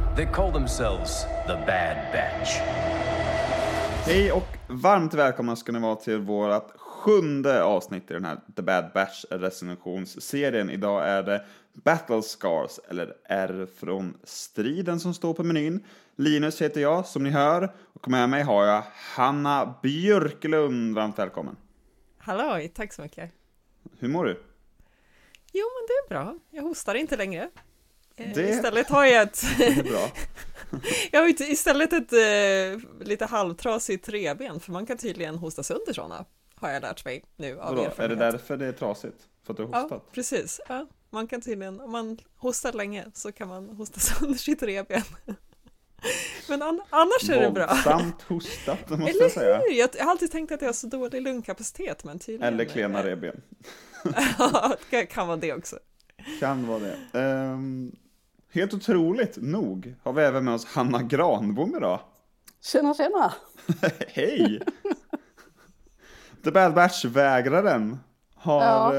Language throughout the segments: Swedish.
They call themselves the Bad Batch. Hej och varmt välkomna ska ni vara till vårt 7:e avsnitt i den här The Bad Batch recensionsserien. Idag är det Battle Scars, eller R från striden, som står på menyn. Linus heter jag, som ni hör. Och med mig har jag Hanna Björklund. Varmt välkommen. Hallå, tack så mycket. Hur mår du? Jo, men det är bra. Jag hostar inte längre. Istället har jag ett... Det är bra. Jag har istället ett lite halvtrasigt revben, för man kan tydligen hosta sönder sådana, har jag lärt mig nu av erfarenhet. Är det därför det är trasigt? För att du har hostat? Ja, precis. Ja, man kan tydligen, om man hostar länge så kan man hosta sönder sitt revben. Men annars är det bra. Våldsamt hostat, måste jag säga. Jag har alltid tänkt att jag har så dålig lungkapacitet, men tydligen... Eller klena revben. Ja, det kan vara det också. Kan vara det. Helt otroligt nog har vi även med oss Hanna Granbom idag. Tjena. Hej! The Bad Batch-vägraren har...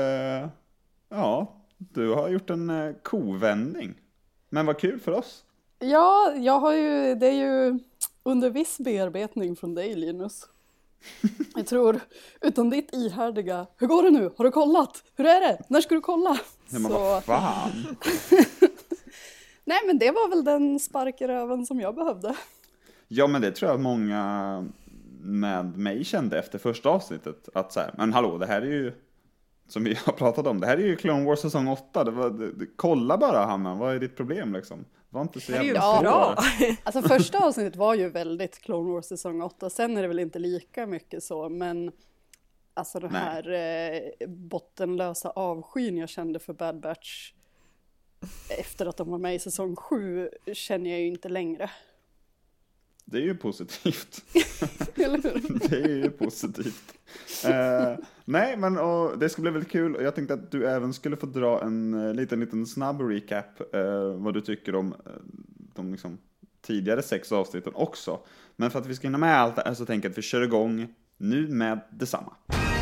du har gjort en kovändning. Men vad kul för oss. Ja, det är ju under viss bearbetning från dig, Linus. Jag tror, utan ditt ihärdiga, hur går det nu? Har du kollat? Hur är det? När ska du kolla? Ja, men vad fan? Nej, men det var väl den spark i röven som jag behövde. Ja, men det tror jag att många med mig kände efter första avsnittet. Att så här, men hallå, det här är ju, som vi har pratat om, det här är ju Clone Wars säsong 8. Kolla bara, Hanna, vad är ditt problem liksom? Var inte så jävla bra. Alltså första avsnittet var ju väldigt Clone Wars säsong 8. Sen är det väl inte lika mycket så, men alltså den här bottenlösa avskyn jag kände för Bad Batch efter att de var med i säsong 7 känner jag ju inte längre. Det är ju positivt. Eller hur? Det är ju positivt. Nej, men det ska bli väldigt kul. Jag tänkte att du även skulle få dra en liten snabb recap vad du tycker om de liksom tidigare 6 avsnitten också. Men för att vi ska hinna med allt det här så tänker jag att vi kör igång nu med detsamma.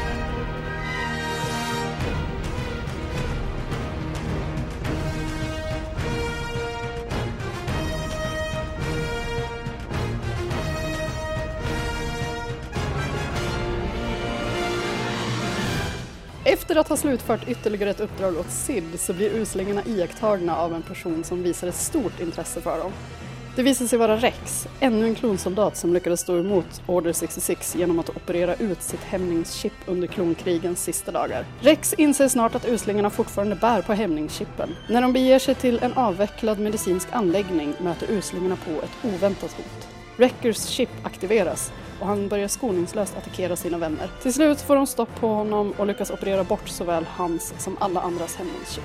Efter att ha slutfört ytterligare ett uppdrag åt Sid så blir uslingarna iakttagna av en person som visar ett stort intresse för dem. Det visar sig vara Rex, ännu en klonsoldat som lyckades stå emot Order 66 genom att operera ut sitt hämningschip under klonkrigens sista dagar. Rex inser snart att uslingarna fortfarande bär på hämningschippen. När de beger sig till en avvecklad medicinsk anläggning möter uslingarna på ett oväntat hot. Wreckers chip aktiveras och han börjar skoningslöst attackera sina vänner. Till slut får de stopp på honom och lyckas operera bort såväl hans som alla andras hämningschip.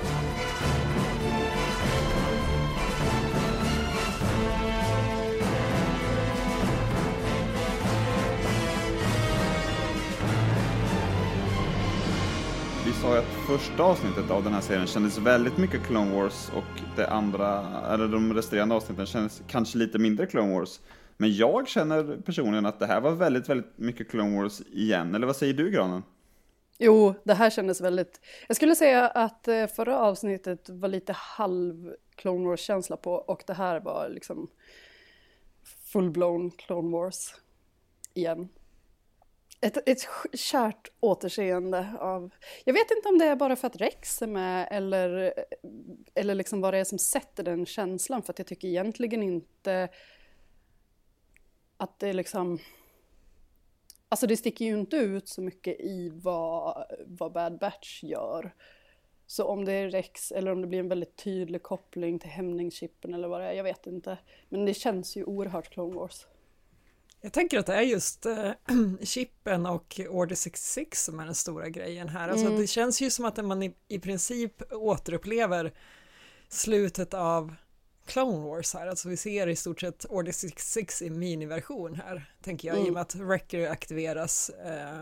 Vi sa ju att första avsnittet av den här serien kändes väldigt mycket Clone Wars och det andra, eller de resterande avsnitten kändes kanske lite mindre Clone Wars. Men jag känner personligen att det här var väldigt, väldigt mycket Clone Wars igen. Eller vad säger du, Granen? Jo, det här kändes väldigt... Jag skulle säga att förra avsnittet var lite halv Clone Wars-känsla på och det här var liksom full-blown Clone Wars igen. Ett kärt återseende av... Jag vet inte om det är bara för att Rex är med eller liksom vad det är som sätter den känslan. För att jag tycker egentligen inte att det är liksom... Alltså det sticker ju inte ut så mycket i vad Bad Batch gör. Så om det är Rex eller om det blir en väldigt tydlig koppling till hämningschippen eller vad det är, jag vet inte. Men det känns ju oerhört Clone Wars. Jag tänker att det är just chippen och Order 66 som är den stora grejen här. Alltså det känns ju som att man i princip återupplever slutet av Clone Wars här. Alltså vi ser i stort sett Order 66 i miniversion här, tänker jag, i och med att Wrecker aktiveras.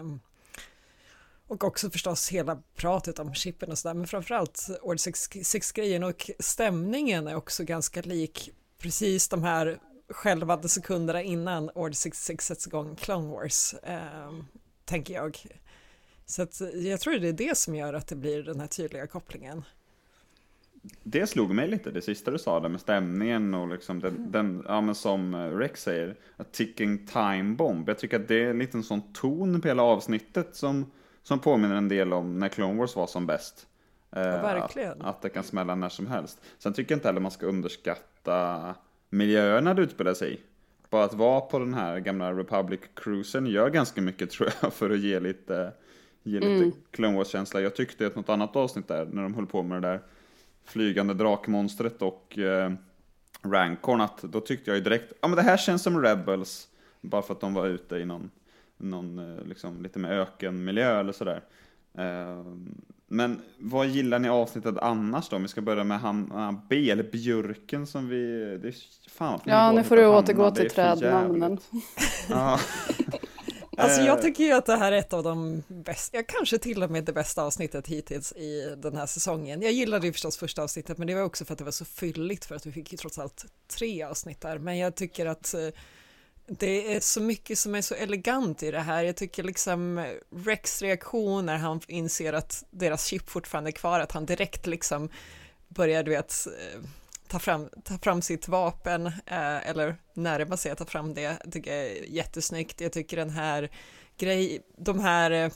Och också förstås hela pratet om chippen och sådär. Men framförallt Order 66-grejen och stämningen är också ganska lik precis de här självade sekunderna innan Order 66 sätts igång Clone Wars, tänker jag. Så att jag tror det är det som gör att det blir den här tydliga kopplingen. det slog mig lite, det sista du sa där med stämningen och liksom den ja, men som Rex säger, a ticking time bomb. Jag tycker att det är en liten sån ton på hela avsnittet som påminner en del om när Clone Wars var som bäst. Ja, verkligen. Att det kan smälla när som helst. Sen tycker jag inte heller man ska underskatta miljöerna det utspelar sig i. Bara att vara på den här gamla Republic-cruisen gör ganska mycket, tror jag, för att ge lite Clone Wars-känsla. Jag tyckte att något annat avsnitt där, när de höll på med det där flygande drakmonstret och Rancorn, att då tyckte jag ju direkt, ja men det här känns som Rebels, bara för att de var ute i någon liksom lite mer ökenmiljö eller sådär. Men vad gillar ni avsnittet annars då? Om vi ska börja med han B, eller Björken som vi... Det är, fan, ja, nu får du återgå till trädnamnen. Ja. Alltså jag tycker ju att det här är ett av de bästa, jag kanske till och med det bästa avsnittet hittills i den här säsongen. Jag gillade ju förstås första avsnittet, men det var också för att det var så fylligt, för att vi fick ju trots allt 3 avsnitt där. Men jag tycker att det är så mycket som är så elegant i det här. Jag tycker liksom Rex reaktion när han inser att deras chip fortfarande är kvar, att han direkt liksom börjar, du vet, ta fram sitt vapen, eller närma sig att ta fram det. Jag tycker det är jättesnyggt. Jag tycker den här de här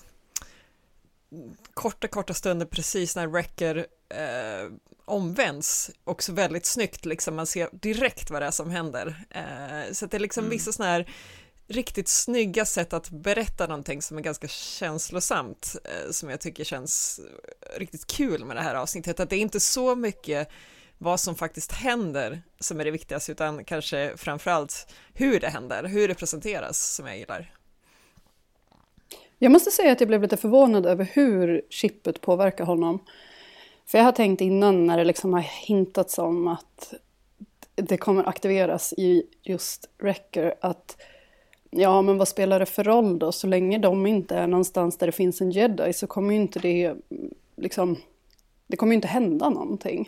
korta stunder precis när Wrecker omvänds, också väldigt snyggt, liksom man ser direkt vad det är som händer. Så att det är liksom vissa såna här riktigt snygga sätt att berätta någonting som är ganska känslosamt, som jag tycker känns riktigt kul med det här avsnittet. Att det är inte så mycket vad som faktiskt händer som är det viktigaste, utan kanske framförallt hur det händer, hur det presenteras, som jag gillar. Jag måste säga att jag blev lite förvånad över hur chippet påverkar honom. För jag har tänkt innan, när det liksom har hintats om att det kommer aktiveras i just Wrecker, att ja, men vad spelar det för roll då? Så länge de inte är någonstans där det finns en Jedi, så kommer ju inte det liksom, det kommer ju inte hända någonting.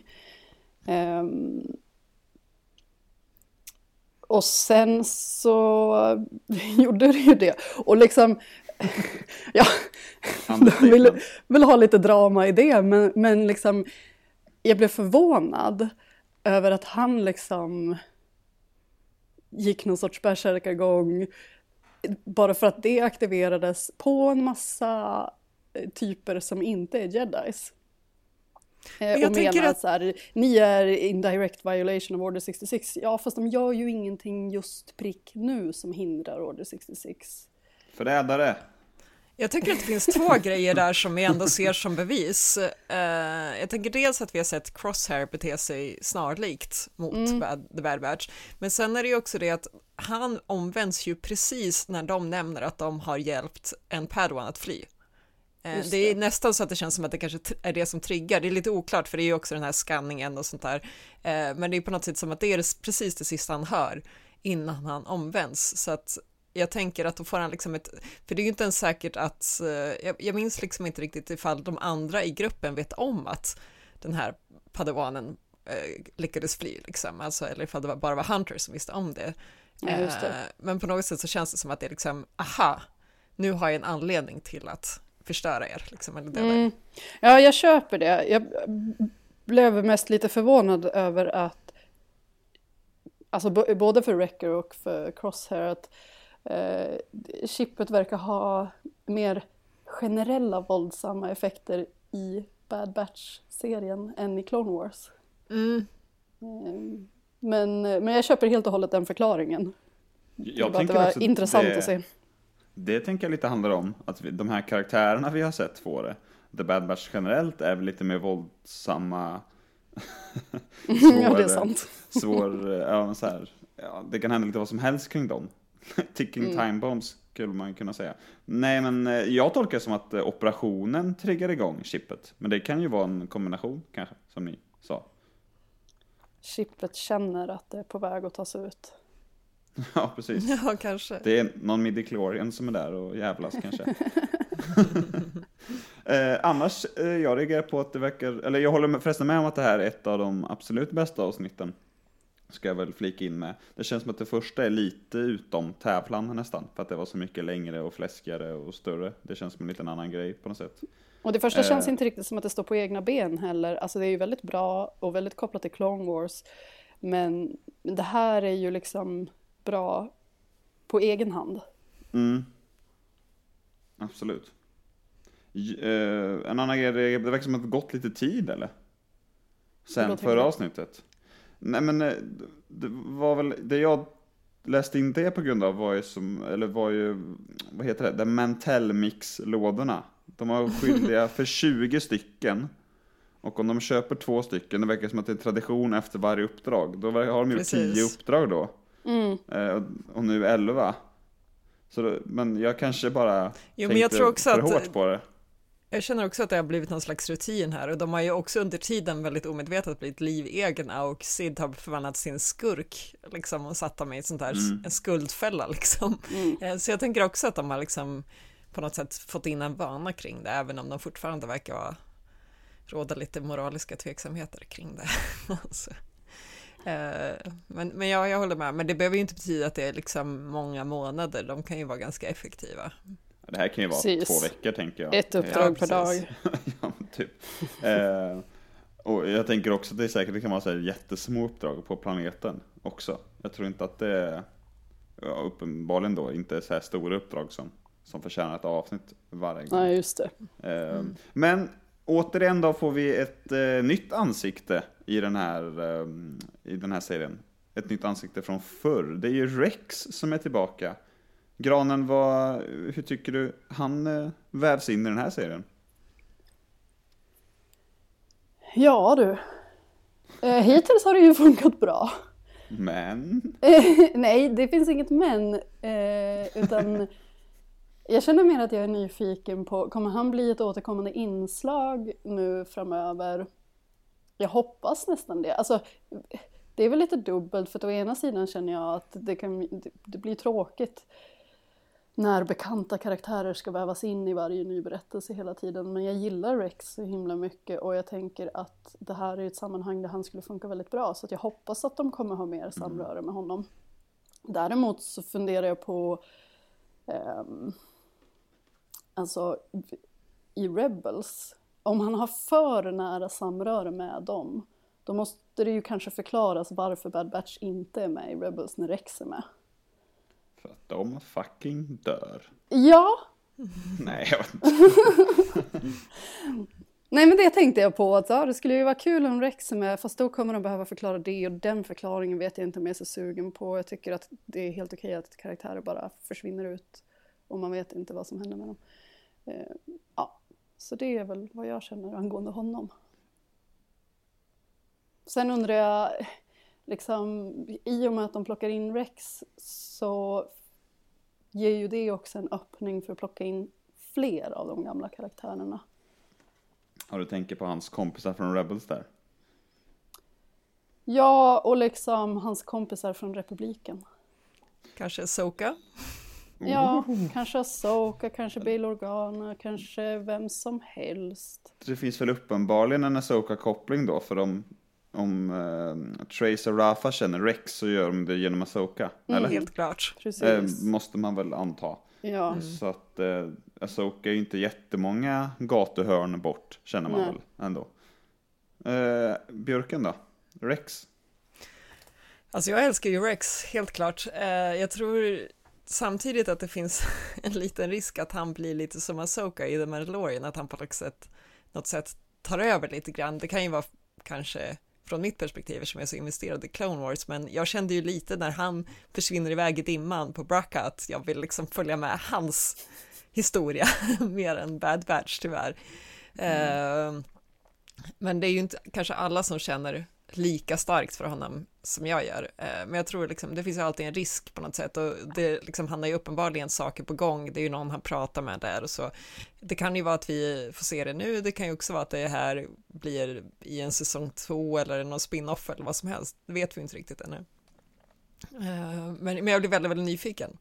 Och sen så gjorde det ju det. Och liksom ja, vill ha lite drama i det, men liksom jag blev förvånad över att han liksom gick någon sorts bärsärkargång bara för att det aktiverades på en massa typer som inte är Jedis. Och menar att så här, ni är in direct violation of Order 66. Ja, fast de gör ju ingenting just prick nu som hindrar Order 66. Förrädare. Jag tycker att det finns 2 grejer där som vi ändå ser som bevis. Jag tänker dels att vi har sett Crosshair bete sig snarlikt mot The Bad Batch. Men sen är det ju också det att han omvänds ju precis när de nämner att de har hjälpt en Padawan att fly. Det är nästan så att det känns som att det kanske är det som triggar. Det är lite oklart, för det är ju också den här skanningen och sånt där. Men det är på något sätt som att det är precis det sista han hör innan han omvänds. Så att jag tänker att då får han liksom för det är ju inte ens säkert att, jag minns liksom inte riktigt ifall de andra i gruppen vet om att den här Padawanen lyckades fly liksom. Alltså, eller ifall det bara var Hunter som visste om det. Ja, just det. Men på något sätt så känns det som att det är liksom, aha, nu har jag en anledning till att förstöra er liksom, eller döda er. Ja, jag köper det. Jag blev mest lite förvånad över att, alltså både för Wrecker och för Crosshair, att chippet verkar ha mer generella våldsamma effekter i Bad Batch-serien än i Clone Wars. Men jag köper helt och hållet den förklaringen. Jag det var intressant att se. Det tänker jag lite handlar om, att de här karaktärerna vi har sett få det. The Bad Batch generellt är väl lite mer våldsamma. Ja, det är sant. Ja, så här, ja, det kan hända lite vad som helst kring dem. Ticking time bombs skulle man kunna säga. Nej, men jag tolkar det som att operationen triggar igång chippet. Men det kan ju vara en kombination kanske, som ni sa. Chippet känner att det är på väg att tas ut. Ja, precis. Ja, kanske. Det är någon midi-chlorian som är där och jävlas kanske. Annars, jag reagerar på att det verkar... Eller jag håller förresten med om att det här är ett av de absolut bästa avsnitten. Ska jag väl flika in med. Det känns som att det första är lite utom tävlan nästan. För att det var så mycket längre och fläskigare och större. Det känns som en liten annan grej på något sätt. Och det första känns inte riktigt som att det står på egna ben heller. Alltså det är ju väldigt bra och väldigt kopplat till Clone Wars. Men det här är ju liksom bra på egen hand. Absolut. En annan grej, det verkar som att det gått lite tid, eller? Sen förra avsnittet. Nej, men det var väl det jag läste in det på grund av var ju vad heter det? The Mantel Mix-lådorna. De var skyldiga för 20 stycken. Och om de köper 2 stycken, det verkar som att det är en tradition efter varje uppdrag. Då har de gjort 10 uppdrag då. Och nu 11. Så då, men jag kanske bara tänkte för hårt på det. Jag känner också att det har blivit någon slags rutin här, och de har ju också under tiden väldigt omedvetet blivit livegna, och Sid har förvandlat sin skurk liksom, och satt dem i ett sånt här en skuldfälla liksom. Så jag tänker också att de har liksom på något sätt fått in en vana kring det, även om de fortfarande verkar råda lite moraliska tveksamheter kring det. Alltså. Men jag håller med, men det behöver ju inte betyda att det är liksom många månader, de kan ju vara ganska effektiva. Det här kan ju vara 2 veckor, tänker jag. Ett uppdrag per dag. Ja, typ. Och jag tänker också att det kan vara så här jättesmå uppdrag på planeten också. Jag tror inte att det uppenbarligen då inte är så här stora uppdrag som förtjänar ett avsnitt varje gång. Ja, just det. Men återigen då får vi ett nytt ansikte i den här serien. Ett nytt ansikte från förr. Det är ju Rex som är tillbaka. Granen, hur tycker du han vävs in i den här serien? Ja du. Hittills har det ju funkat bra. Men? Nej, det finns inget men. Utan jag känner mer att jag är nyfiken på, kommer han bli ett återkommande inslag nu framöver? Jag hoppas nästan det. Alltså, det är väl lite dubbelt, för å ena sidan känner jag att det blir tråkigt när bekanta karaktärer ska vävas in i varje ny berättelse hela tiden. Men jag gillar Rex så himla mycket, och jag tänker att det här är ett sammanhang där han skulle funka väldigt bra. Så att jag hoppas att de kommer ha mer samröre med honom. Däremot så funderar jag på alltså i Rebels, om han har för nära samröre med dem, då måste det ju kanske förklaras varför Bad Batch inte är med i Rebels när Rex är med. För att de fucking dör. Ja. Nej, jag vet inte. Nej, men det tänkte jag på, att det skulle ju vara kul om Rex är med, fast då kommer de behöva förklara det, och den förklaringen vet jag inte om jag är så sugen på. Jag tycker att det är helt okej att karaktärer bara försvinner ut och man vet inte vad som händer med dem. Ja, så det är väl vad jag känner angående honom. Sen undrar jag, liksom, i och med att de plockar in Rex så ger ju det också en öppning för att plocka in fler av de gamla karaktärerna. Har du tänker på hans kompisar från Rebels där? Ja, och liksom hans kompisar från Republiken. Kanske Ahsoka? Ja, kanske Ahsoka, kanske Bail Organa, kanske vem som helst. Det finns väl uppenbarligen en Ahsoka-koppling då, för om Trace och Rafa känner Rex så gör de det genom Ahsoka, eller? Helt klart. Måste man väl anta. Ja. Så att Ahsoka är ju inte jättemånga gatuhörn bort, känner man väl ändå. Björken då? Rex? Alltså jag älskar ju Rex, helt klart. Jag tror samtidigt att det finns en liten risk att han blir lite som Ahsoka i The Mandalorian, att han på något sätt tar över lite grann. Det kan ju vara kanske från mitt perspektiv som är så investerad i Clone Wars, men jag kände ju lite när han försvinner iväg i dimman på Bracca att jag vill liksom följa med hans historia mer än Bad Batch tyvärr. Men det är ju inte kanske alla som känner lika starkt för honom som jag gör. Men jag tror liksom, det finns ju alltid en risk på något sätt, och det liksom, han har ju uppenbarligen saker på gång. Det är ju någon han pratar med där och så. Det kan ju vara att vi får se det nu. Det kan ju också vara att det här blir i en säsong 2 eller någon spin-off eller vad som helst. Det vet vi inte riktigt ännu. Men jag blir väldigt, väldigt nyfiken.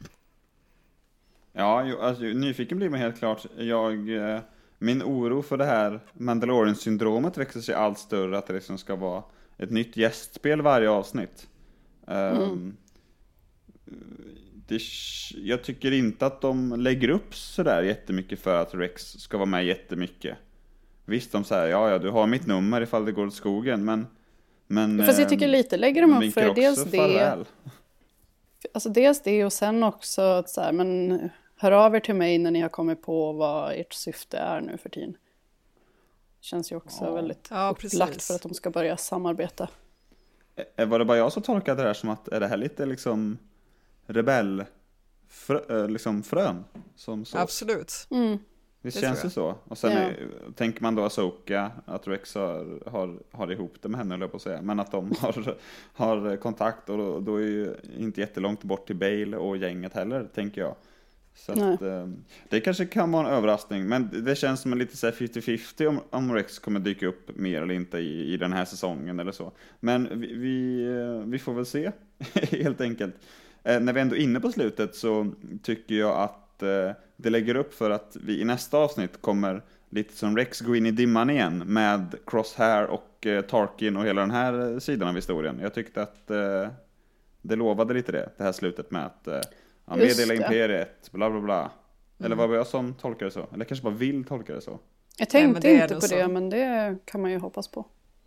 Ja, alltså, nyfiken blir man helt klart. Min oro för det här Mandalorian-syndromet växer sig allt större, att det liksom ska vara ett nytt gästspel varje avsnitt. jag tycker inte att de lägger upp sådär jättemycket för att Rex ska vara med jättemycket. Visst, de säger, ja, du har mitt nummer ifall det går åt skogen, men fast jag tycker lite lägger de upp för dels farväl. Alltså dels det och sen också att så här, men hör av er till mig när ni har kommit på vad ert syfte är nu för tiden. Känns ju också väldigt upplagt för att de ska börja samarbeta. Var det bara jag som tolkade det här som att är det här lite liksom rebell liksom frön som så? Absolut. Det känns ju så. Och sen tänker man då Ahsoka, att Rex har ihop det med henne, eller på att säga. Men att de har kontakt, och då är ju inte jättelångt bort till Bale och gänget heller, tänker jag. Så att, det kanske kan vara en överraskning, men det känns som en lite så här 50-50 om Rex kommer dyka upp mer eller inte i den här säsongen eller så. Men vi får väl se, helt enkelt. När vi ändå är inne på slutet så tycker jag att det lägger upp för att vi i nästa avsnitt kommer lite som Rex gå in i dimman igen med Crosshair och Tarkin och hela den här sidan av historien. Jag tyckte att det lovade lite det här slutet med att meddela imperiet, bla bla bla. Eller var jag som tolkar det så? Eller kanske bara vill tolka det så? Jag tänkte inte på det, men det kan man ju hoppas på.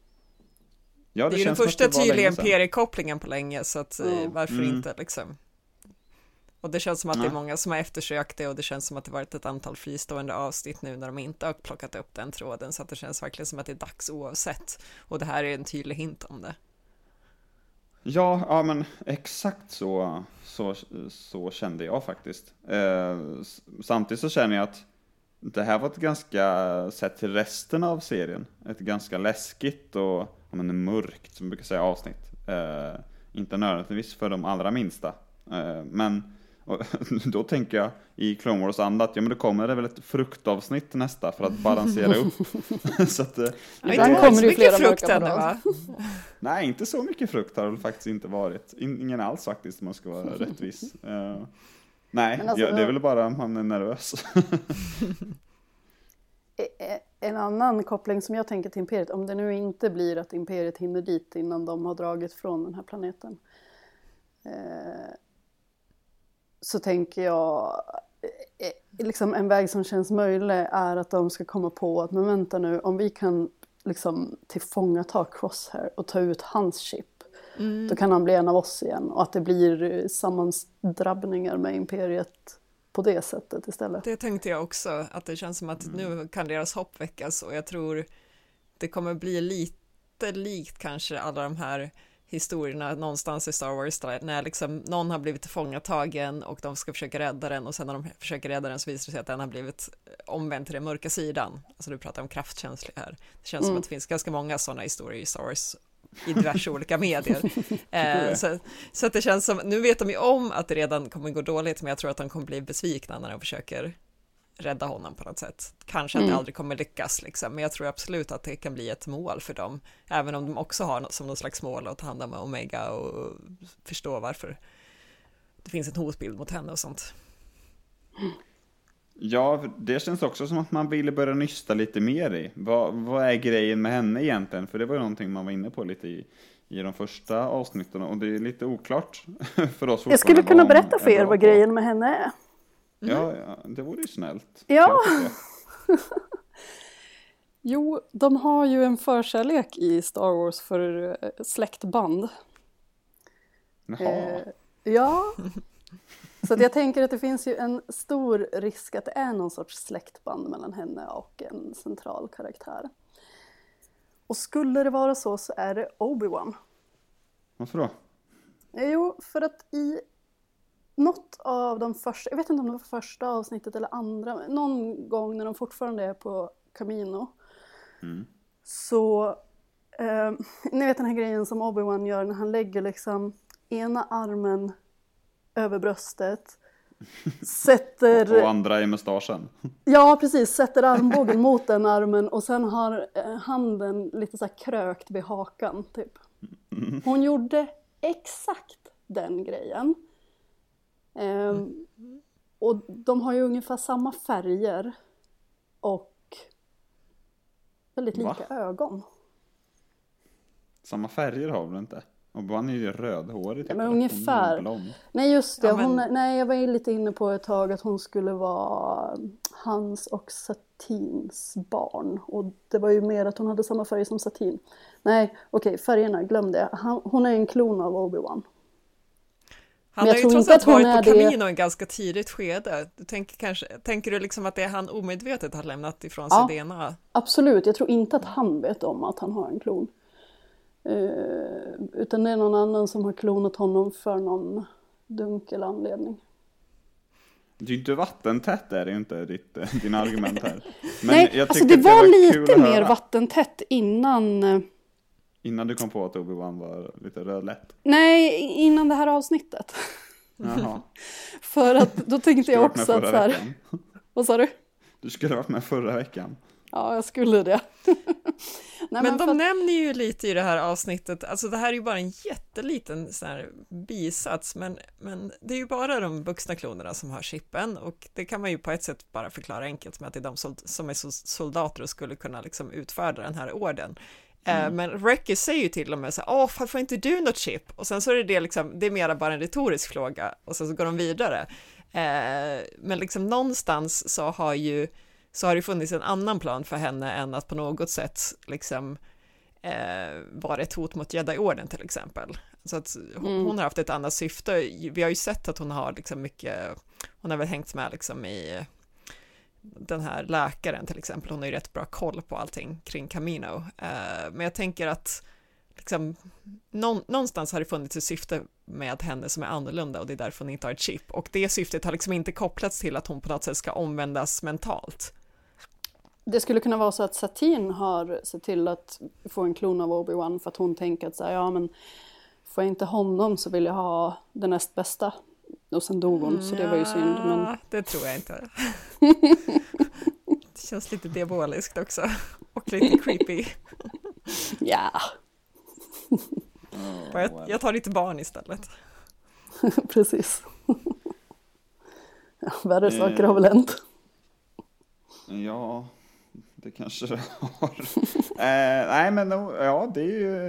Ja, det är ju den första tydliga imperiekopplingen på länge, så att varför inte liksom. Och det känns som att det är många som har eftersökt det, och det känns som att det varit ett antal fristående avsnitt nu när de inte har plockat upp den tråden, så att det känns verkligen som att det är dags oavsett. Och det här är en tydlig hint om det. Ja, men exakt så kände jag faktiskt. Samtidigt så känner jag att det här var ett ganska, sett till resten av serien, ett ganska läskigt och mörkt, som man brukar säga, avsnitt. Inte nödvändigtvis för de allra minsta. Men då tänker jag i Clone Wars anda att det kommer det väl ett fruktavsnitt nästa för att balansera upp. Så att, ibland kommer det ju flera frukt ännu, va? Nej, inte så mycket frukt har det faktiskt inte varit. Ingen alls faktiskt, om man ska vara rättvis. Nej, alltså, det är väl bara man är nervös. En annan koppling som jag tänker till Imperiet, om det nu inte blir att Imperiet hinner dit innan de har dragit från den här planeten, så tänker jag liksom en väg som känns möjlig är att de ska komma på att, men vänta nu, om vi kan liksom tillfångata Crosshair och ta ut hans chip, då kan han bli en av oss igen, och att det blir sammandrabbningar med Imperiet på det sättet istället. Det tänkte jag också, att det känns som att nu kan deras hopp väckas, och jag tror det kommer bli lite likt kanske alla de här historierna någonstans i Star Wars, när liksom någon har blivit tillfångatagen och de ska försöka rädda den, och sen när de försöker rädda den så visar det sig att den har blivit omvänd till den mörka sidan. Alltså du pratar om kraftkänslig här. Det känns som att det finns ganska många sådana historier i Star Wars i diverse olika medier. Så att det känns som, nu vet de ju om att det redan kommer gå dåligt, men jag tror att de kommer bli besvikna när de försöker rädda honom på något sätt. Kanske att det aldrig kommer lyckas liksom, men jag tror absolut att det kan bli ett mål för dem, även om de också har något som någon slags mål att ta hand om Omega och förstå varför det finns en hotbild mot henne och sånt. Ja, det känns också som att man ville börja nysta lite mer i. Vad är grejen med henne egentligen? För det var ju någonting man var inne på lite i de första avsnitten, och det är lite oklart för oss. Jag skulle kunna berätta för er vad grejen med henne är. Ja, det vore ju snällt. Ja. Jo, de har ju en förkärlek i Star Wars för släktband. Jaha. Ja. Så att jag tänker att det finns ju en stor risk att det är någon sorts släktband mellan henne och en central karaktär. Och skulle det vara så är det Obi-Wan. Varför då? Jo, för att i något av de första, jag vet inte om det var första avsnittet eller andra, någon gång när de fortfarande är på Camino, så ni vet den här grejen som Obi-Wan gör när han lägger liksom ena armen över bröstet, sätter och andra i mustaschen. Ja, precis, sätter armbågen mot den armen och sen har handen lite så här krökt vid hakan typ. Hon gjorde exakt den grejen. Och de har ju ungefär samma färger och väldigt lika ögon. Samma färger har de inte? Obi-Wan är ju rödhårig. Ja, men ungefär. Nej, just det. Jag var lite inne på ett tag att hon skulle vara hans och Satins barn. Och det var ju mer att hon hade samma färg som Satin. Nej, okej, färgerna, glöm det. Hon är en klon av Obi-Wan. Han har ju trots allt varit på Kamino en ganska tidigt skede. Tänker du liksom att det är han omedvetet har lämnat ifrån sig DNA? Absolut, jag tror inte att han vet om att han har en klon. Utan det är någon annan som har klonat honom för någon dunkel anledning. Det är ju inte vattentätt, är det ju inte din argument här. Men nej, jag alltså det var lite mer vattentätt innan du kom på att Obi-Wan var lite rödlätt. Nej, innan det här avsnittet. Jaha. För att då tänkte jag också att så här... Vad sa du? Du skulle ha varit med förra veckan. Ja, jag skulle det. Nej, men de nämner ju lite i det här avsnittet, alltså det här är ju bara en jätteliten sån här bisats, men det är ju bara de vuxna klonerna som har chippen, och det kan man ju på ett sätt bara förklara enkelt med att det är de som är soldater och skulle kunna liksom utfärda den här orden. Men Wrecker säger ju till och med så här, varför inte du något chip? Och sen så är det liksom, det är mera bara en retorisk fråga, och sen så går de vidare. Men liksom någonstans så har det funnits en annan plan för henne än att på något sätt liksom vara ett hot mot Jedi-orden till exempel. Så att hon har haft ett annat syfte. Vi har ju sett att hon har liksom mycket, hon har väl hängt med liksom i den här läkaren till exempel. Hon har ju rätt bra koll på allting kring Kamino. Men jag tänker att liksom, någonstans har det funnits ett syfte med henne som är annorlunda, och det är därför hon inte har ett chip. Och det syftet har liksom inte kopplats till att hon på något sätt ska omvändas mentalt. Det skulle kunna vara så att Satine har sett till att få en klon av Obi-Wan för att hon tänker att så här, ja men får jag inte honom så vill jag ha den näst bästa. Och sen dog hon, så det var ju synd. Men... det tror jag inte. Det känns lite diaboliskt också. Och lite creepy. Ja. Jag tar lite barn istället. Precis. Värre saker har väl hänt. Ja, det kanske det har. Nej, men ja, det är ju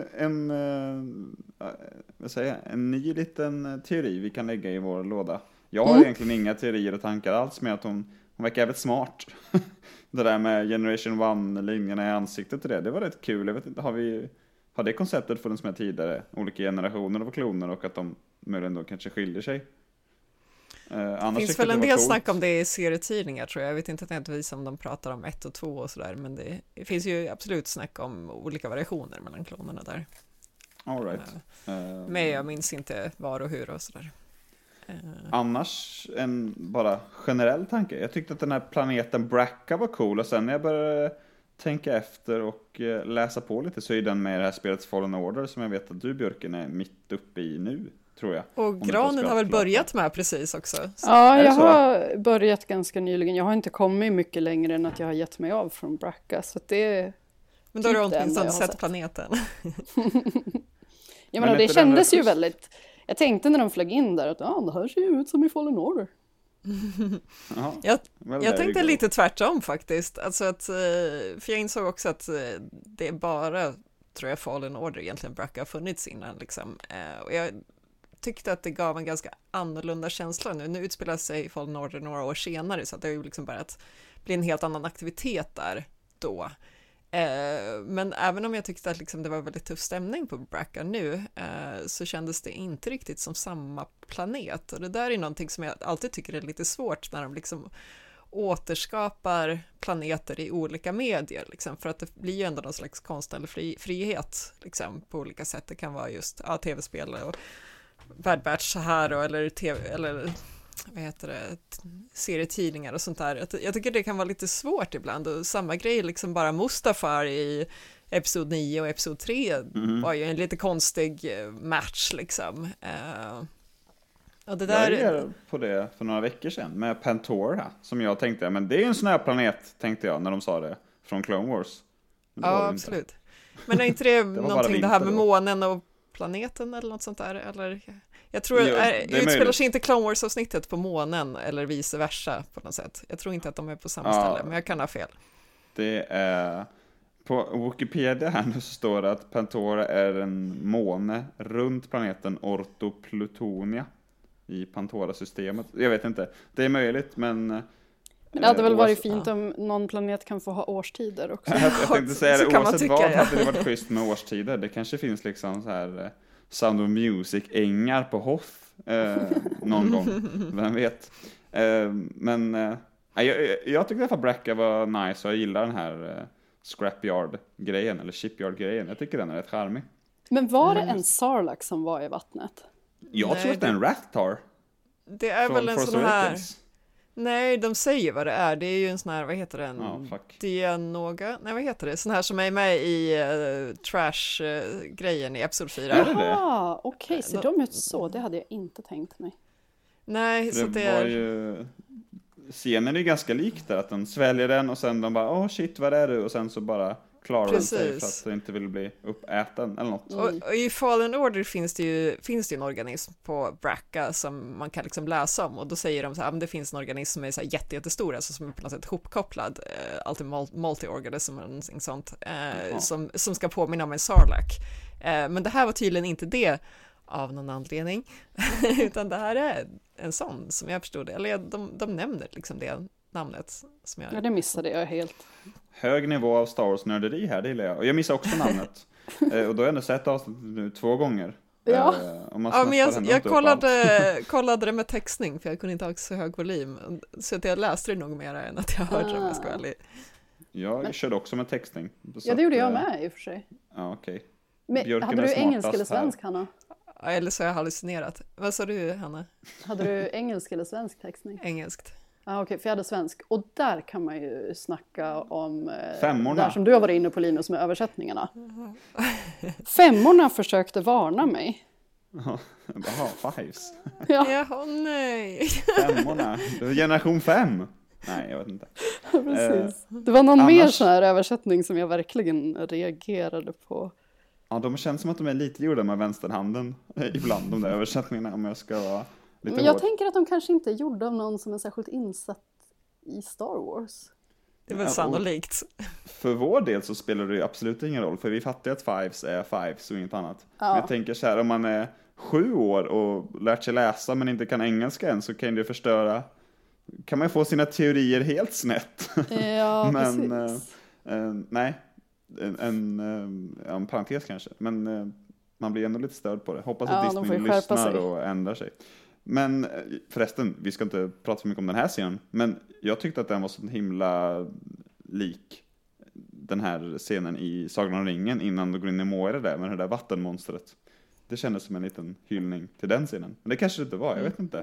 en ny liten teori vi kan lägga i vår låda. Jag har egentligen inga teorier och tankar alls med att hon verkar jävligt smart. Det där med Generation 1-linjerna i ansiktet och det var rätt kul. Jag vet inte, har det konceptet funnits med tidigare? Olika generationer av kloner och att de möjligen då kanske skiljer sig? Det finns väl en del snack om det i serietidningar tror jag. Jag vet inte nödvändigtvis om de pratar om 1 och 2 och sådär, men det finns ju absolut snack om olika variationer mellan klonerna där. All right. Men jag minns inte var och hur och sådär. Annars en bara generell tanke. Jag tyckte att den här planeten Bracca var cool, och sen när jag började tänka efter och läsa på lite så är den med i det här spelets Fallen Order som jag vet att du, Björken, är mitt uppe i nu, tror jag. Och Granen har väl börjat med precis också? Så. Ja, jag har börjat ganska nyligen. Jag har inte kommit mycket längre än att jag har gett mig av från Bracca, så att det. Men då har du åtminstone sett planeten. Jag menar, det kändes ju väldigt. Jag tänkte när de flög in där att det här ser ju ut som i Fallen Order. Jag tänkte lite tvärtom faktiskt. Alltså att, för jag insåg också att det är bara, tror jag, Fallen Order egentligen Bracca har funnits innan. Liksom. Och jag tyckte att det gav en ganska annorlunda känsla nu. Nu utspelar sig Fallen Order några år senare, så att det har ju liksom börjat bli en helt annan aktivitet där då. Men även om jag tyckte att liksom det var väldigt tuff stämning på Bracca nu, så kändes det inte riktigt som samma planet. Och det där är någonting som jag alltid tycker är lite svårt när de liksom återskapar planeter i olika medier. Liksom, för att det blir ju ändå någon slags konstnärlig frihet liksom, på olika sätt. Det kan vara just tv-spel och Bad Batch så här, eller tv, eller vad heter det, serietidningar och sånt där. Jag tycker det kan vara lite svårt ibland, och samma grej liksom bara Mustafar i episod 9 och episod 3 var ju en lite konstig match liksom. Och det där... Jag reagerade på det för några veckor sedan med Pantora, som jag tänkte, men det är en snöplanet, tänkte jag när de sa det från Clone Wars. Ja, absolut. Men är inte det någonting det här med månen och planeten eller något sånt där, eller... Jag tror utspelar sig inte Clone Wars-avsnittet på månen eller vice versa på något sätt. Jag tror inte att de är på samma ställe, men jag kan ha fel. Det är På Wikipedia här nu så står det att Pantora är en måne runt planeten Ortoplutonia i Pantora-systemet. Jag vet inte, det är möjligt, men... Det hade väl varit fint om någon planet kan få ha årstider också. Jag tänkte säga det, oavsett tycka, vad hade det varit schysst med årstider. Det kanske finns liksom så här Sound of Music-ängar på Hoth någon gång, vem vet. Men jag tyckte i alla fall Brakka var nice och jag gillar den här scrapyard-grejen, eller shipyard-grejen. Jag tycker den är rätt charmig. Men var det en Sarlacc som var i vattnet? Jag tror att det är en Rathtar. Det är väl en sån här... Nej, de säger vad det är. Det är ju en sån här, vad heter den? Dianoga? Nej, vad heter det? Sån här som är med i Trash-grejen i Episod 4. Jaha, okej. Så de ut så. Det hade jag inte tänkt mig. Nej, så det är... Ju... Scenen är ganska lik där, att den sväljer den och sen de bara, shit, vad är du? Och sen så bara klarar den sig för att den inte vill bli uppäten eller något. Och i Fallen Order finns det ju en organism på Brakka som man kan liksom läsa om, och då säger de så här, det finns en organism som är så här jättestor, alltså som är på något sätt hopkopplad, alltid multi-organism eller någonting sånt, som ska påminna om en Sarlacc. Men det här var tydligen inte det av någon anledning, utan det här är en sån som jag förstod det, eller de nämner liksom det namnet som jag... Ja, det missade jag helt. Hög nivå av Star Wars-nörderi här, det gillar jag. Och jag missar också namnet. Och då har jag ändå sett avsnittet nu 2 gånger. Ja, men jag kollade det med textning, för jag kunde inte ha så hög volym. Så att jag läste det nog mer än att jag hörde det, om jag ska vara ärlig. Jag körde också med textning. Ja, det gjorde jag med i och för sig. Ja, okej. Men hade du engelsk eller svensk, Hanna? Eller så har jag hallucinerat. Vad sa du, Hanna? Hade du engelsk eller svensk textning? Engelskt. Ja, okej, för jag hade svensk. Och där kan man ju snacka om... Femmorna. Där som du har varit inne på, Linus, med översättningarna. Femmorna försökte varna mig. Jaha, fives. Jaha, nej. Femmorna. Generation 5. Nej, jag vet inte. Precis. Det var någon mer sån här översättning som jag verkligen reagerade på. Ja, de känns som att de är lite gjorda med vänsterhanden ibland, de där översättningarna, om jag ska vara lite Men jag hård. tänker att de kanske inte är gjorda av någon som är särskilt insatt i Star Wars. Det är väl sannolikt. För vår del så spelar det ju absolut ingen roll, för vi fattar att fives är fives och inget annat. Ja. Men jag tänker så här, om man är 7 år och lärt sig läsa men inte kan engelska än, så kan det förstöra, kan man få sina teorier helt snett. Ja, men precis. Nej, en parentes kanske, men man blir ändå lite störd på det. Hoppas att Disney lyssnar och ändrar sig. Men förresten, vi ska inte prata så mycket om den här scenen, men jag tyckte att den var så himla lik den här scenen i Sagan om ringen innan de går in i Moira där med det där vattenmonstret. Det kändes som en liten hyllning till den scenen. Men det kanske det inte var, jag vet inte.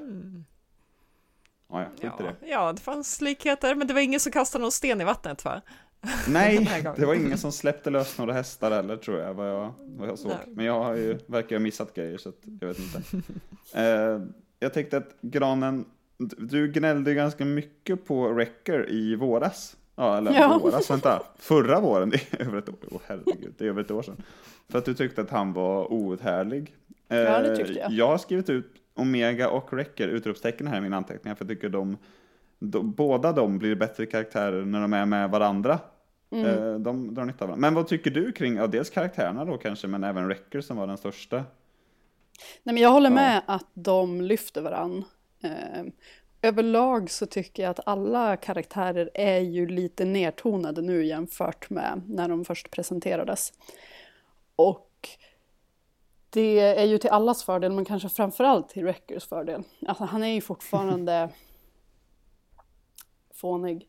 Ja, det fanns likheter, men det var ingen som kastade någon sten i vattnet, va? Nej, det var ingen som släppte lös några hästar heller, tror jag, vad jag såg. Nej. Men jag har ju verkar ha missat grejer, så att jag vet inte. Jag tänkte att Granen, du gnällde ganska mycket på Wrecker i våras. Våras, vänta. Förra våren, det är över ett år. Herregud, det är över ett år sedan. För att du tyckte att han var outhärdlig. Ja, det tyckte jag. Jag har skrivit ut Omega och Wrecker, utropstecken här i mina anteckningar, för jag tycker båda de blir bättre karaktärer när de är med varandra. De drar nytta av varandra. Men vad tycker du kring dels karaktärerna då kanske, men även Wrecker som var den största? Nej, men jag håller med att de lyfter varann. Överlag så tycker jag att alla karaktärer är ju lite nedtonade nu jämfört med när de först presenterades. Och det är ju till allas fördel, men kanske framförallt till Wreckers fördel. Alltså, han är ju fortfarande fånig.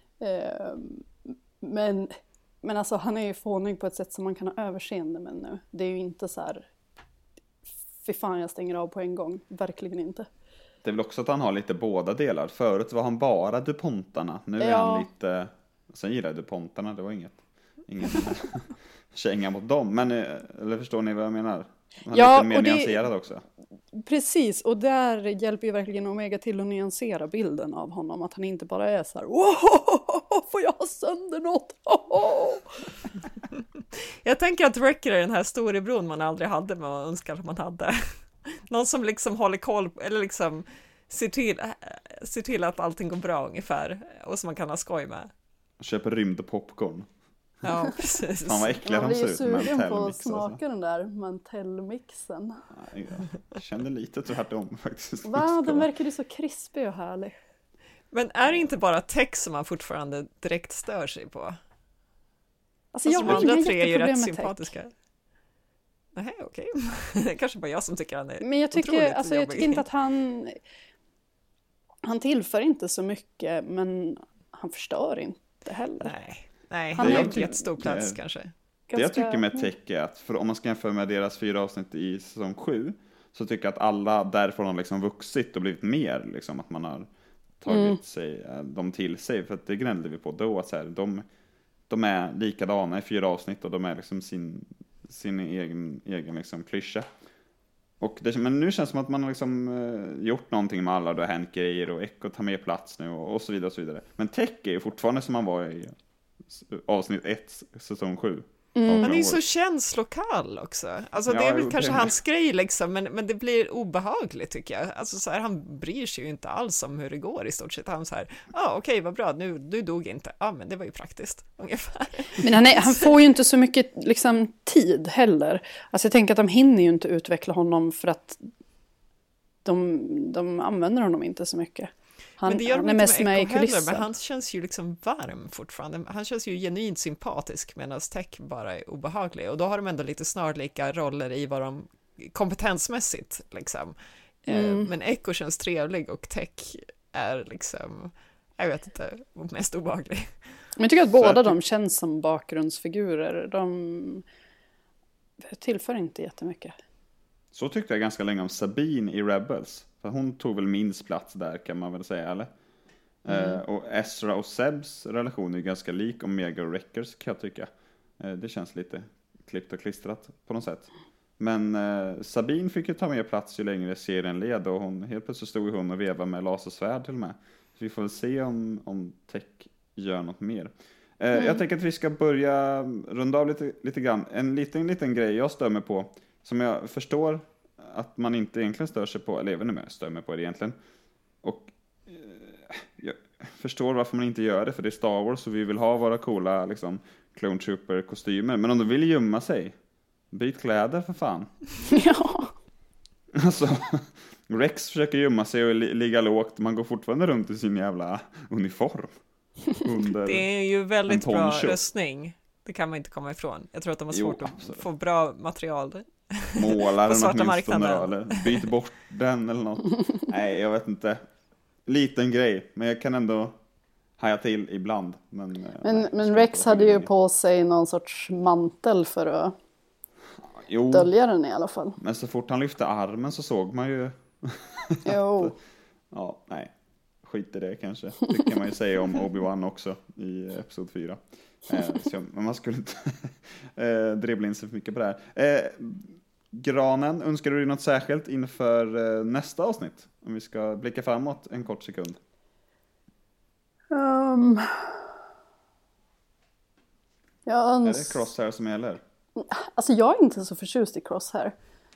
Men alltså, han är ju fånig på ett sätt som man kan ha överseende med nu. Det är ju inte så här, fy fan, jag stänger av på en gång. Verkligen inte. Det är väl också att han har lite båda delar. Förut var han bara DuPontarna. Nu är han lite... Sen gillar jag DuPontarna, det var ingen känga mot dem. Men, eller förstår ni vad jag menar? Han är lite mer nyanserad också. Precis, och där hjälper ju verkligen Omega till att nyansera bilden av honom. Att han inte bara är så här, wow, får jag ha sönder något? Jag tänker att Wrecker är den här storebron man aldrig hade, men man önskar att man hade. Någon som liksom håller koll, eller liksom ser till att allting går bra ungefär, och som man kan ha skoj med. Köper rymd och popcorn. Ja, precis. Fan vad äckliga Man de blir ser ju ut. sugen på att Mantellmix, smaka den där mantellmixen. Jag kände lite tvärtom faktiskt. Va? Den verkar ju så krispig och härlig. Men är det inte bara text som man fortfarande direkt stör sig på? Alltså De jag har andra inga tre är ju jätteproblem rätt med tech. sympatiska. Nej, okej. Det är kanske bara jag som tycker han är Men jag tycker, alltså, jag jobbig. tycker inte att han tillför inte så mycket, men han förstör inte heller. Nej, Han han är har ju inte jättestor plats kanske. Det jag tycker med Tech är att, för om man ska jämföra med deras 4 avsnitt i säsong 7, så tycker jag att alla därifrån har liksom vuxit och blivit mer, liksom att man har tagit sig, dem till sig, för att det gnällde vi på då, att så här, de är likadana i 4 avsnitt och de är liksom sin egen liksom klyscha. Men nu känns det som att man har liksom gjort någonting med alla, det har hänt grejer och Echo tar mer plats nu och så vidare och så vidare. Men Tech är ju fortfarande som man var i avsnitt 1, säsong 7. Han är ju så känslokall också. Alltså det är väl kanske hans grej liksom, men det blir obehagligt tycker jag. Alltså så här, han bryr sig ju inte alls om hur det går i stort sett. Han så här, okej, vad bra, du dog inte. Men det var ju praktiskt, ungefär. Men han får ju inte så mycket liksom, tid heller. Alltså jag tänker att de hinner ju inte utveckla honom för att de använder honom inte så mycket. Han är mest med i kulissen. Men han känns ju liksom varm fortfarande. Han känns ju genuint sympatisk medan Tech bara är obehaglig. Och då har de ändå lite snarlika roller i vad de kompetensmässigt liksom. Men Echo känns trevlig och Tech är liksom, jag vet inte, mest obehaglig. Men jag tycker att båda de känns som bakgrundsfigurer. De tillför inte jättemycket. Så tyckte jag ganska länge om Sabine i Rebels. För hon tog väl minst plats där, kan man väl säga, eller? Och Ezra och Sebs relation är ganska lik Omega och Wreckers, kan jag tycka. Det känns lite klippt och klistrat på något sätt. Men Sabine fick ju ta mer plats ju längre serien led, och helt plötsligt stod hon och vevade med lasersvärd till och med. Så vi får väl se om Tech gör något mer. Jag tänker att vi ska börja runda av lite grann. En liten grej jag stör mig på, som jag förstår att man inte egentligen stör sig på, eller även om jag stör mig på det egentligen. Och jag förstår varför man inte gör det, för det är Star Wars och vi vill ha våra coola liksom, Clone Trooper-kostymer. Men om de vill gömma sig, byt kläder för fan. Ja. Alltså, Rex försöker gömma sig och ligga lågt, man går fortfarande runt i sin jävla uniform. Det är ju väldigt bra röstning. Det kan man inte komma ifrån. Jag tror att de har svårt att få bra material. Målar på svarta marknaden. marknaden. Byt bort den eller något. Nej, jag vet inte. Liten grej, men jag kan ändå haja till ibland. Men Rex hade ju på sig någon sorts mantel för att dölja den i alla fall. Men så fort han lyfte armen så såg man ju... Jo. Ja, nej. Skit i det kanske. Det kan man ju säga om Obi-Wan också i episod 4. Men man skulle inte dribbla in sig för mycket på det här. Granen, önskar du dig något särskilt inför nästa avsnitt? Om vi ska blicka framåt en kort sekund. Är det Crosshair som gäller? Alltså jag är inte så förtjust i Crosshair.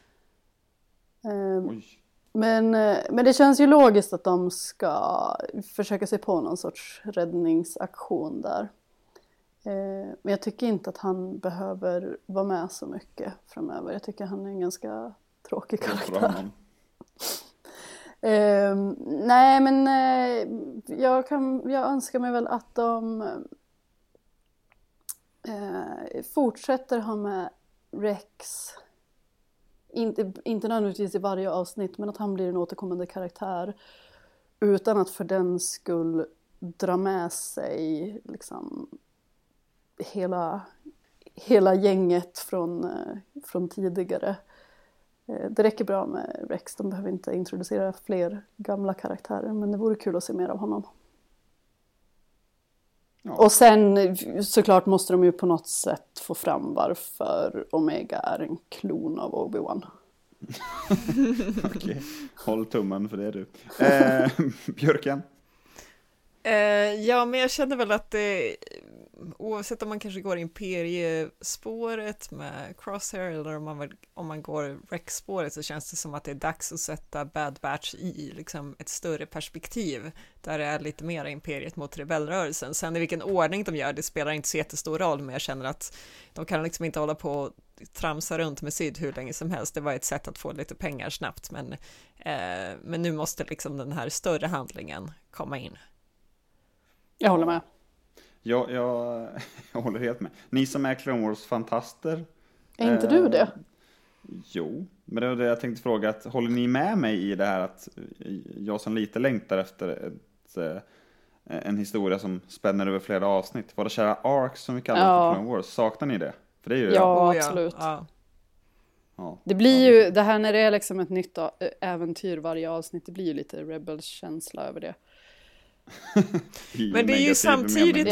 Men det känns ju logiskt att de ska försöka sig på någon sorts räddningsaktion där. Men jag tycker inte att han behöver vara med så mycket framöver. Jag tycker han är en ganska tråkig karaktär. Nej, men jag önskar mig väl att de fortsätter ha med Rex. Inte nödvändigtvis i varje avsnitt, men att han blir en återkommande karaktär utan att för den skull dra med sig liksom hela gänget från tidigare. Det räcker bra med Rex, de behöver inte introducera fler gamla karaktärer, men det vore kul att se mer av honom. Ja. Och sen såklart måste de ju på något sätt få fram varför Omega är en klon av Obi-Wan. Okej, håll tummen för det du. Björken? Ja, men jag känner väl att oavsett om man kanske går imperiespåret med Crosshair eller om man går Rex-spåret, så känns det som att det är dags att sätta Bad Batch i liksom ett större perspektiv där det är lite mer imperiet mot rebellrörelsen. Sen i vilken ordning de gör det spelar inte så jättestor roll, men jag känner att de kan liksom inte hålla på och tramsa runt med Sid hur länge som helst. Det var ett sätt att få lite pengar snabbt, men nu måste liksom den här större handlingen komma in. Jag håller med. Jag håller helt med. Ni som är Clone Wars-fantaster. Är inte du det? Jo, men det var det jag tänkte fråga. Att, håller ni med mig i det här att jag som lite längtar efter en historia som spänner över flera avsnitt? Var det kära arcs som vi kallar för Clone Wars? Saknar ni det? För det är ju ja, absolut. Ja. Ja. Det blir ju, det här när det är liksom ett nytt äventyr varje avsnitt, det blir ju lite Rebels-känsla över det. Men det är ju samtidigt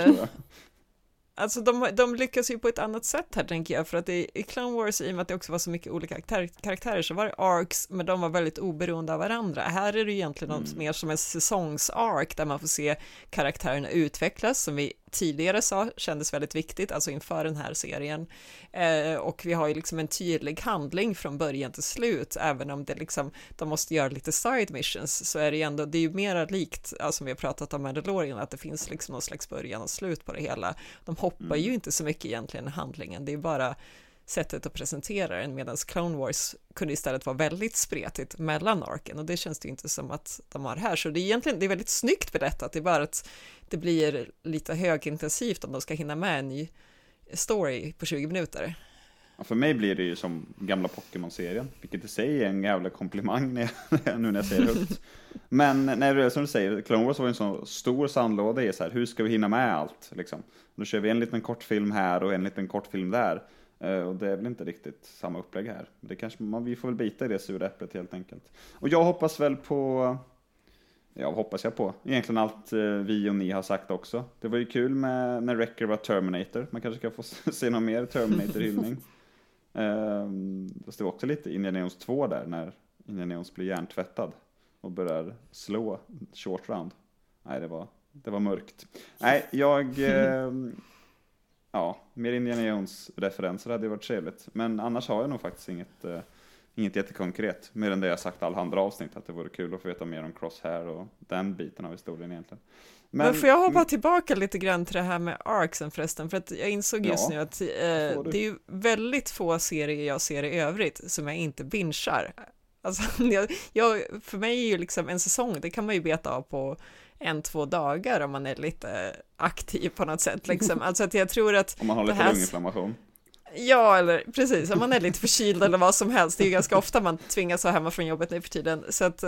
alltså de lyckas ju på ett annat sätt här, tänker jag, för att i Clone Wars, i och med att det också var så mycket olika karaktärer, så var det arcs, men de var väldigt oberoende av varandra. Här är det egentligen något mer som en säsongsarc där man får se karaktärerna utvecklas, som vi tidigare sa kändes väldigt viktigt, alltså inför den här serien. Och vi har ju liksom en tydlig handling från början till slut, även om det liksom, de måste göra lite side missions, så är det ju ändå, det är ju mera likt, alltså, som vi har pratat om Mandalorian, att det finns liksom någon slags början och slut på det hela. De hoppar ju inte så mycket egentligen i handlingen, det är bara sättet att presentera den, medan Clone Wars kunde istället vara väldigt spretigt mellan arken, och det känns det inte som att de har här, så det är egentligen, det är väldigt snyggt berättat, det är bara att det blir lite högintensivt om de ska hinna med en ny story på 20 minuter. Ja, för mig blir det ju som gamla Pokémon-serien, vilket i sig är en jävla komplimang nu när jag säger det högt. Men när det är som du säger, Clone Wars var en så stor sandlåda i så här, hur ska vi hinna med allt liksom? Då kör vi en liten kortfilm här och en liten kortfilm där. Och det är väl inte riktigt samma upplägg här. Det kanske vi får väl bita i det sura äpplet helt enkelt. Och jag hoppas väl på, hoppas jag på egentligen allt vi och ni har sagt också. Det var ju kul när Wrecker var Terminator. Man kanske ska få se någon mer Terminator-hyllning. Det var också lite Indiana Jones 2 där, när Indiana Jones blir hjärntvättad och börjar slå short round. Nej, det var mörkt. Nej, mer Indiana Jones-referenser hade ju varit trevligt. Men annars har jag nog faktiskt inget jättekonkret. Mer än det jag sagt alla andra avsnitt. Att det vore kul att få veta mer om Crosshair och den biten av historien egentligen. Men får jag hoppa tillbaka lite grann till det här med arcsen förresten? För att jag insåg just nu att det är ju väldigt få serier jag ser i övrigt som jag inte bingear. Alltså, för mig är ju liksom en säsong, det kan man ju beta av på 1-2 dagar om man är lite aktiv på något sätt liksom. Alltså att jag tror att om man har lite lunginflammation. Ja, eller precis, om man är lite förkyld eller vad som helst. Det är ju ganska ofta man tvingas ha hemma från jobbet nu för tiden. Så att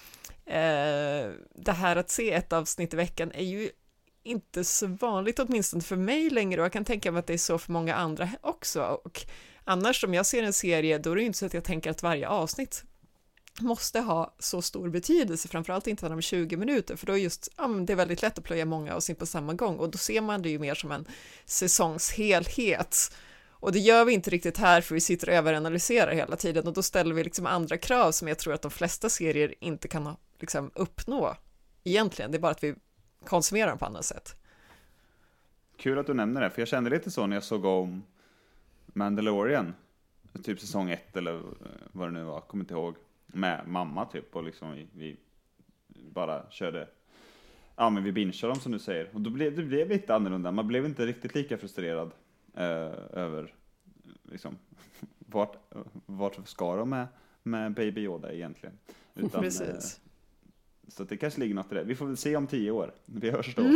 det här att se ett avsnitt i veckan är ju inte så vanligt, åtminstone för mig längre, och jag kan tänka mig att det är så för många andra också. Och annars om jag ser en serie, då är det ju inte så att jag tänker att varje avsnitt måste ha så stor betydelse, framförallt inte när de 20 minuter, för då är det är väldigt lätt att plöja många avsnitt på samma gång, och då ser man det ju mer som en säsongshelhet, och det gör vi inte riktigt här, för vi sitter och överanalyserar hela tiden, och då ställer vi liksom andra krav som jag tror att de flesta serier inte kan liksom uppnå egentligen, det är bara att vi konsumerar dem på annat sätt. Kul att du nämner det, för jag kände lite så när jag såg om Mandalorian, typ säsong 1 eller vad det nu var, kommer inte ihåg, med mamma typ, och liksom vi bara körde, men vi bingeade dem som du säger, och då blev det lite annorlunda, man blev inte riktigt lika frustrerad över liksom vart ska de med Baby Yoda egentligen, utan precis. Så det kanske ligger något i det. Vi får väl se om 10 år. Vi hörs då.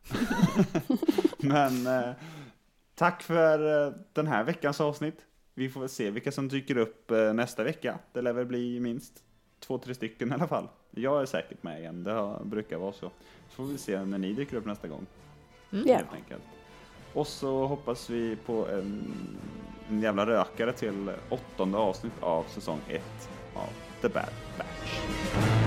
Men tack för den här veckans avsnitt. Vi får väl se vilka som dyker upp nästa vecka. Det lär väl bli minst 2-3 stycken i alla fall. Jag är säkert med igen. Det brukar vara så. Så får vi se när ni dyker upp nästa gång. Helt enkelt. Och så hoppas vi på en jävla rökare till 8:e avsnitt av säsong 1 av The Bad Batch.